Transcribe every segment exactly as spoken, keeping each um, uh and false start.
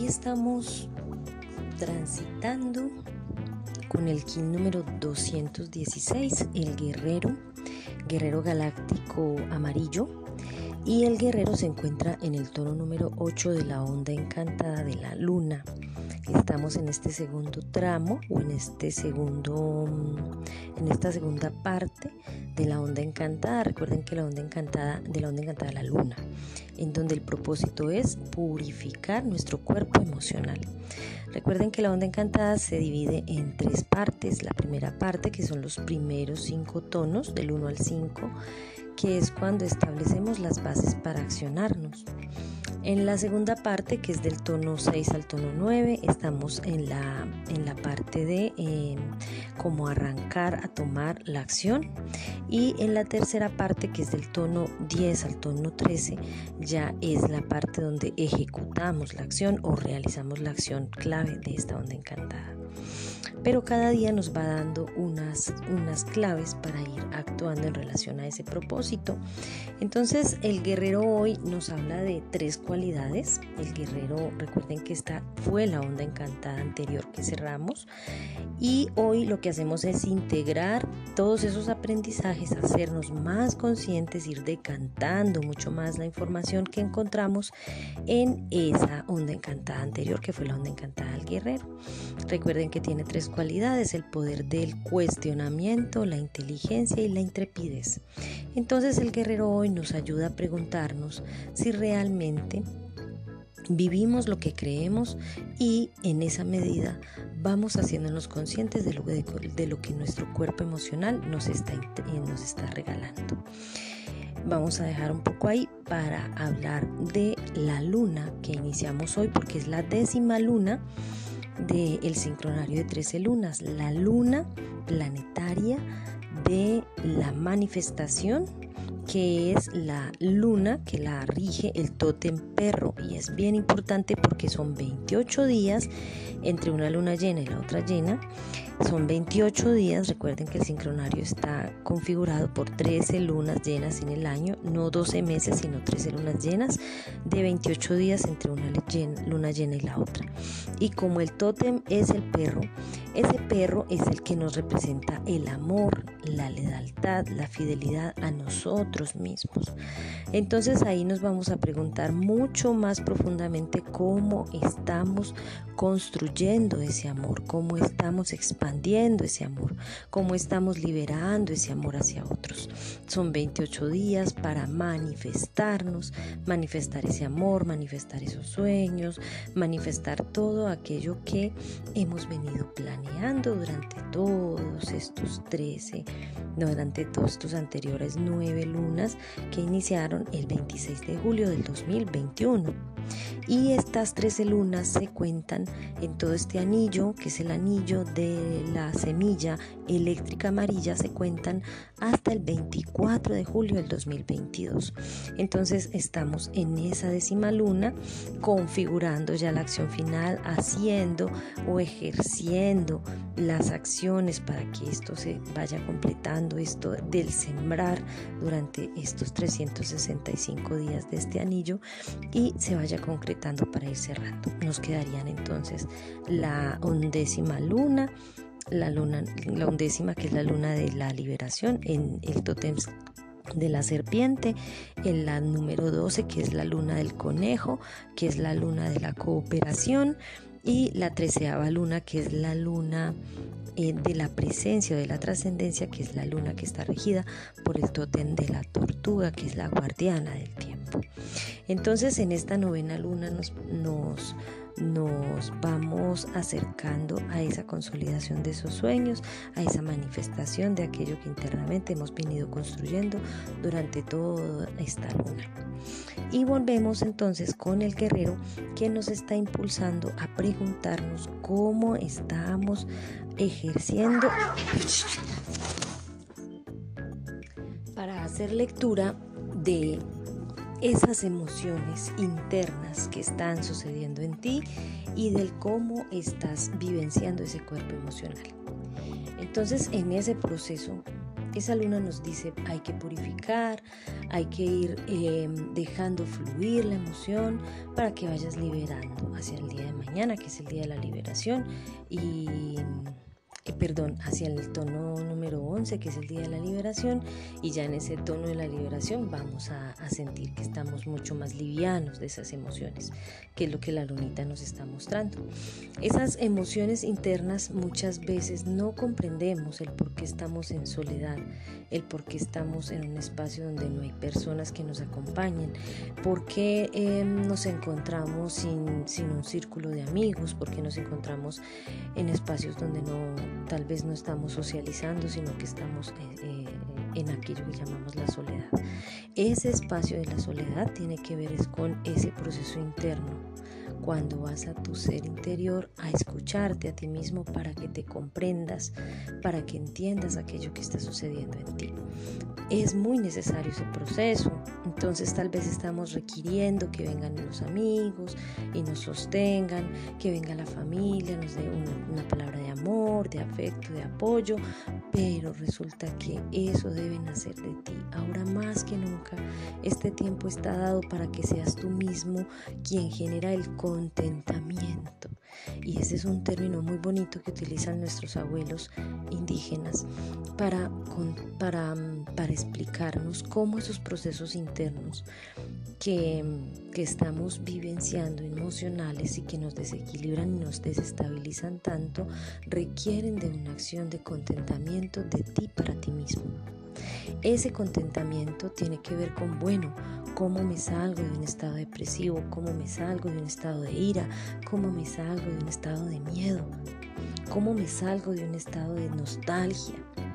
estamos transitando con el kin número doscientos dieciséis, el guerrero, guerrero galáctico amarillo, y el guerrero se encuentra en el tono número ocho de la onda encantada de la luna. Estamos en este segundo tramo o en este segundo en esta segunda parte de la onda encantada. Recuerden que la onda encantada de la onda encantada de la luna, en donde el propósito es purificar nuestro cuerpo emocional. Recuerden que la onda encantada se divide en tres partes. La primera parte, que son los primeros cinco tonos, del uno al cinco, que es cuando establecemos las bases para accionarnos. En la segunda parte, que es del tono seis al tono nueve, estamos en la, en la parte de eh, cómo arrancar a tomar la acción. Y en la tercera parte, que es del tono diez al tono trece, ya es la parte donde ejecutamos la acción o realizamos la acción clave de esta onda encantada. Pero cada día nos va dando unas, unas claves para ir actuando en relación a ese propósito. Entonces el guerrero hoy nos habla de tres cualidades. El guerrero, recuerden que esta fue la onda encantada anterior que cerramos, y hoy lo que hacemos es integrar todos esos aprendizajes, hacernos más conscientes, ir decantando mucho más la información que encontramos en esa onda encantada anterior, que fue la onda encantada del guerrero. Recuerden que tiene tres cualidades: el poder del cuestionamiento, la inteligencia y la intrepidez. Entonces el guerrero hoy nos ayuda a preguntarnos si realmente vivimos lo que creemos, y en esa medida vamos haciéndonos conscientes de lo, de, de lo que nuestro cuerpo emocional nos está, nos está regalando. Vamos a dejar un poco ahí para hablar de la luna que iniciamos hoy, porque es la décima luna del sincronario de trece lunas, la luna planetaria de la manifestación, que es la luna que la rige el tótem perro, y es bien importante porque son veintiocho días entre una luna llena y la otra llena. Son veintiocho días. Recuerden que el sincronario está configurado por trece lunas llenas en el año, no doce meses, sino trece lunas llenas de veintiocho días entre una luna llena y la otra. Y como el tótem es el perro, ese perro es el que nos representa el amor, la lealtad, la fidelidad a nosotros mismos. Entonces ahí nos vamos a preguntar mucho más profundamente cómo estamos construyendo ese amor, cómo estamos expandiendo ese amor, cómo estamos liberando ese amor hacia otros. Son veintiocho días para manifestarnos, manifestar ese amor, manifestar esos sueños, manifestar todo aquello que hemos venido planeando durante todos estos trece, no, durante todos estos anteriores nueve lunas que iniciaron el veintiséis de julio del dos mil veintiuno. Y estas trece lunas se cuentan en todo este anillo, que es el anillo de la semilla eléctrica amarilla, se cuentan hasta el veinticuatro de julio del dos mil veintidós. Entonces estamos en esa décima luna, configurando ya la acción final, haciendo o ejerciendo las acciones para que esto se vaya completando, esto del sembrar durante estos trescientos sesenta y cinco días de este anillo, y se vaya concretando para ir cerrando. Nos quedarían entonces la undécima luna, la luna, la undécima, que es la luna de la liberación en el tótem de la serpiente, en la número doce, que es la luna del conejo, que es la luna de la cooperación, y la treceava luna, que es la luna eh, de la presencia o de la trascendencia, que es la luna que está regida por el tótem de la tortuga, que es la guardiana del tiempo. Entonces en esta novena luna nos, nos, nos vamos acercando a esa consolidación de esos sueños, a esa manifestación de aquello que internamente hemos venido construyendo durante toda esta luna. Y volvemos entonces con el guerrero, que nos está impulsando a preguntarnos cómo estamos ejerciendo para hacer lectura de esas emociones internas que están sucediendo en ti y del cómo estás vivenciando ese cuerpo emocional. Entonces, en ese proceso Esa luna nos dice hay que purificar, hay que ir eh, dejando fluir la emoción para que vayas liberando hacia el día de mañana, que es el día de la liberación, y eh, perdón, hacia el tono número once, que es el día de la liberación, y ya en ese tono de la liberación vamos a, a sentir que estamos mucho más livianos de esas emociones, que es lo que la lunita nos está mostrando. Esas emociones internas muchas veces no comprendemos el por qué estamos en soledad, el por qué estamos en un espacio donde no hay personas que nos acompañen, por qué eh, nos encontramos sin, sin un círculo de amigos, por qué nos encontramos en espacios donde no, tal vez no estamos socializando, sino que estamos eh, eh, en aquello que llamamos la soledad. Ese espacio de la soledad tiene que ver es con ese proceso interno, cuando vas a tu ser interior a escucharte a ti mismo para que te comprendas, para que entiendas aquello que está sucediendo en ti. Es muy necesario ese proceso, entonces tal vez estamos requiriendo que vengan los amigos y nos sostengan, que venga la familia, nos dé una, una palabra de amor, de afecto, de apoyo, pero resulta que eso debe nacer de ti. Ahora más que nunca, este tiempo está dado para que seas tú mismo quien genera el contentamiento. Y ese es un término muy bonito que utilizan nuestros abuelos indígenas para, con, para, para explicarnos cómo esos procesos internos que, que estamos vivenciando, emocionales, y que nos desequilibran y nos desestabilizan tanto, requieren de una acción de contentamiento de ti para ti mismo. Ese contentamiento tiene que ver con, bueno, cómo me salgo de un estado depresivo, cómo me salgo de un estado de ira, cómo me salgo de un estado de miedo, cómo me salgo de un estado de nostalgia,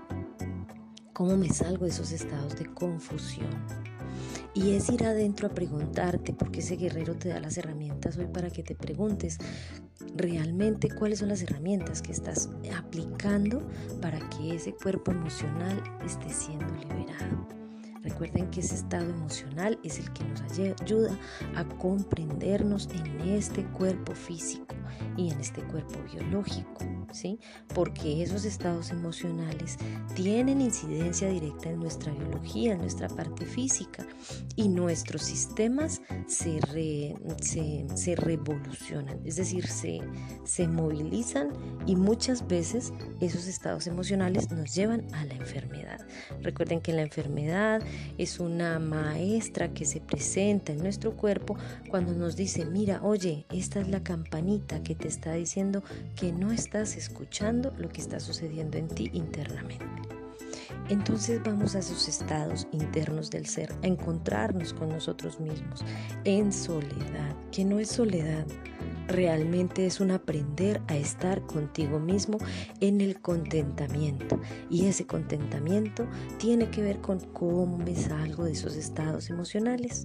cómo me salgo de esos estados de confusión. Y es ir adentro a preguntarte, porque ese guerrero te da las herramientas hoy para que te preguntes realmente cuáles son las herramientas que estás aplicando para que ese cuerpo emocional esté siendo liberado. Recuerden que ese estado emocional es el que nos ayuda a comprendernos en este cuerpo físico y en este cuerpo biológico, ¿sí? Porque esos estados emocionales tienen incidencia directa en nuestra biología, en nuestra parte física, y nuestros sistemas se, re, se, se revolucionan, es decir, se, se movilizan, y muchas veces esos estados emocionales nos llevan a la enfermedad. Recuerden que la enfermedad es una maestra que se presenta en nuestro cuerpo cuando nos dice, mira, oye, esta es la campanita que te está diciendo que no estás escuchando lo que está sucediendo en ti internamente. Entonces vamos a esos estados internos del ser, a encontrarnos con nosotros mismos en soledad, que no es soledad, realmente es un aprender a estar contigo mismo en el contentamiento, y ese contentamiento tiene que ver con cómo me salgo de esos estados emocionales.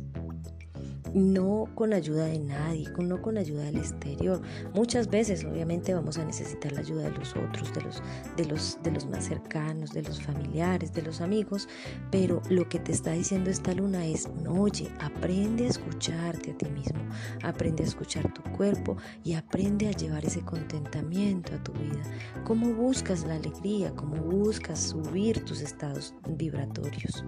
No con ayuda de nadie, no con ayuda del exterior. Muchas veces obviamente vamos a necesitar la ayuda de los otros, de los, de los, de los más cercanos, de los familiares, de los amigos, pero lo que te está diciendo esta luna es, oye, aprende a escucharte a ti mismo, aprende a escuchar tu cuerpo y aprende a llevar ese contentamiento a tu vida. ¿Cómo buscas la alegría? ¿Cómo buscas subir tus estados vibratorios?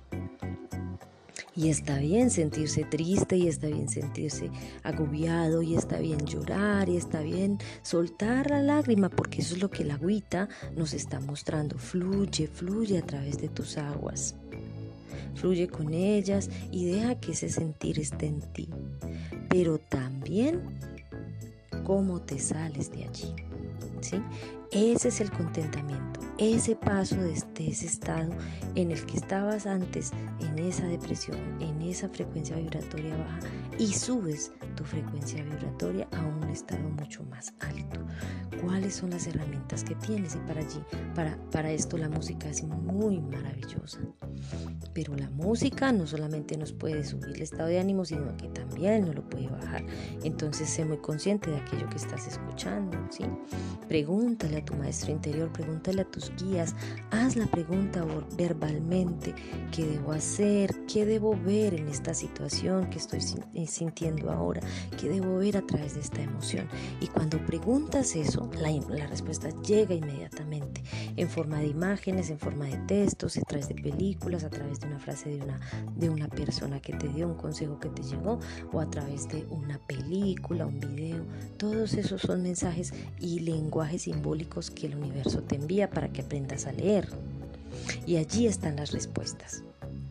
Y está bien sentirse triste, y está bien sentirse agobiado, y está bien llorar, y está bien soltar la lágrima, porque eso es lo que la agüita nos está mostrando. Fluye, fluye a través de tus aguas. Fluye con ellas y deja que ese sentir esté en ti. Pero también cómo te sales de allí, ¿sí? Ese es el contentamiento, ese paso de este, ese estado en el que estabas antes, en esa depresión, en esa frecuencia vibratoria baja, y subes tu frecuencia vibratoria a un estado mucho más alto. ¿Cuáles son las herramientas que tienes? Y para allí, para, para esto la música es muy maravillosa. Pero la música no solamente nos puede subir el estado de ánimo, sino que también nos lo puede bajar. Entonces sé muy consciente de aquello que estás escuchando, ¿sí? Pregúntale a tu maestro interior, pregúntale a tus guías, haz la pregunta verbalmente: ¿qué debo hacer? ¿Qué debo ver en esta situación que estoy sintiendo ahora? ¿Qué debo ver a través de esta emoción? Y cuando preguntas eso, la, la respuesta llega inmediatamente, en forma de imágenes, en forma de textos, a través de películas, a través de una frase de una, de una persona que te dio un consejo que te llegó, o a través de una película, un video. Todos esos son mensajes y lenguajes simbólicos que el universo te envía para que aprendas a leer. Y allí están las respuestas.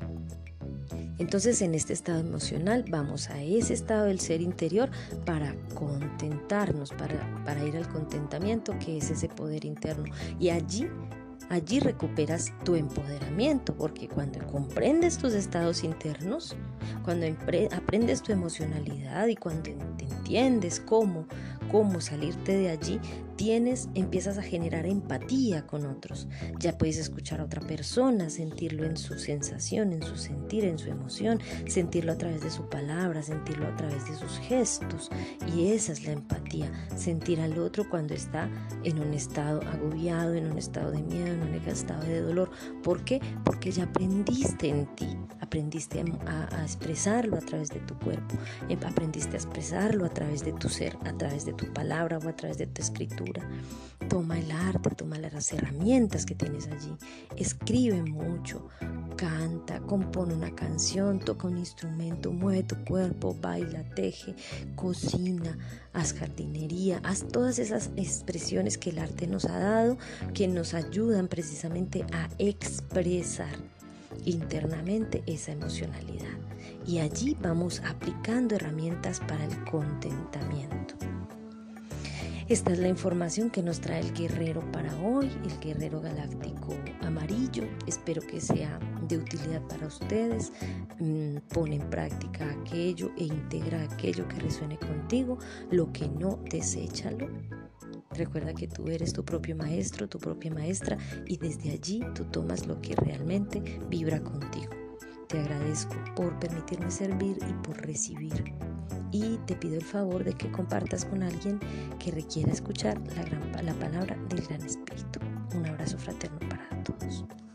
Entonces, en este estado emocional vamos a ese estado del ser interior para contentarnos, para, para ir al contentamiento, que es ese poder interno. Y allí, allí recuperas tu empoderamiento, porque cuando comprendes tus estados internos, cuando empre- aprendes tu emocionalidad y cuando te entiendes cómo, cómo salirte de allí, tienes, empiezas a generar empatía con otros. Ya puedes escuchar a otra persona, sentirlo en su sensación, en su sentir, en su emoción, sentirlo a través de su palabra, sentirlo a través de sus gestos. Y esa es la empatía, sentir al otro cuando está en un estado agobiado, en un estado de miedo, en un estado de dolor. ¿Por qué? Porque ya aprendiste en ti, aprendiste a, a expresarlo a través de tu cuerpo, aprendiste a expresarlo a través de tu ser, a través de tu palabra o a través de tu escritura. Toma el arte, toma las herramientas que tienes allí, escribe mucho, canta, compone una canción, toca un instrumento, mueve tu cuerpo, baila, teje, cocina, haz jardinería, haz todas esas expresiones que el arte nos ha dado, que nos ayudan precisamente a expresar internamente esa emocionalidad. Y allí vamos aplicando herramientas para el contentamiento. Esta es la información que nos trae el guerrero para hoy, el guerrero galáctico amarillo. Espero que sea de utilidad para ustedes. Pon en práctica aquello e integra aquello que resuene contigo. Lo que no, deséchalo. Recuerda que tú eres tu propio maestro, tu propia maestra, y desde allí tú tomas lo que realmente vibra contigo. Te agradezco por permitirme servir y por recibir. Y te pido el favor de que compartas con alguien que requiera escuchar la, gran, la palabra del Gran Espíritu. Un abrazo fraterno para todos.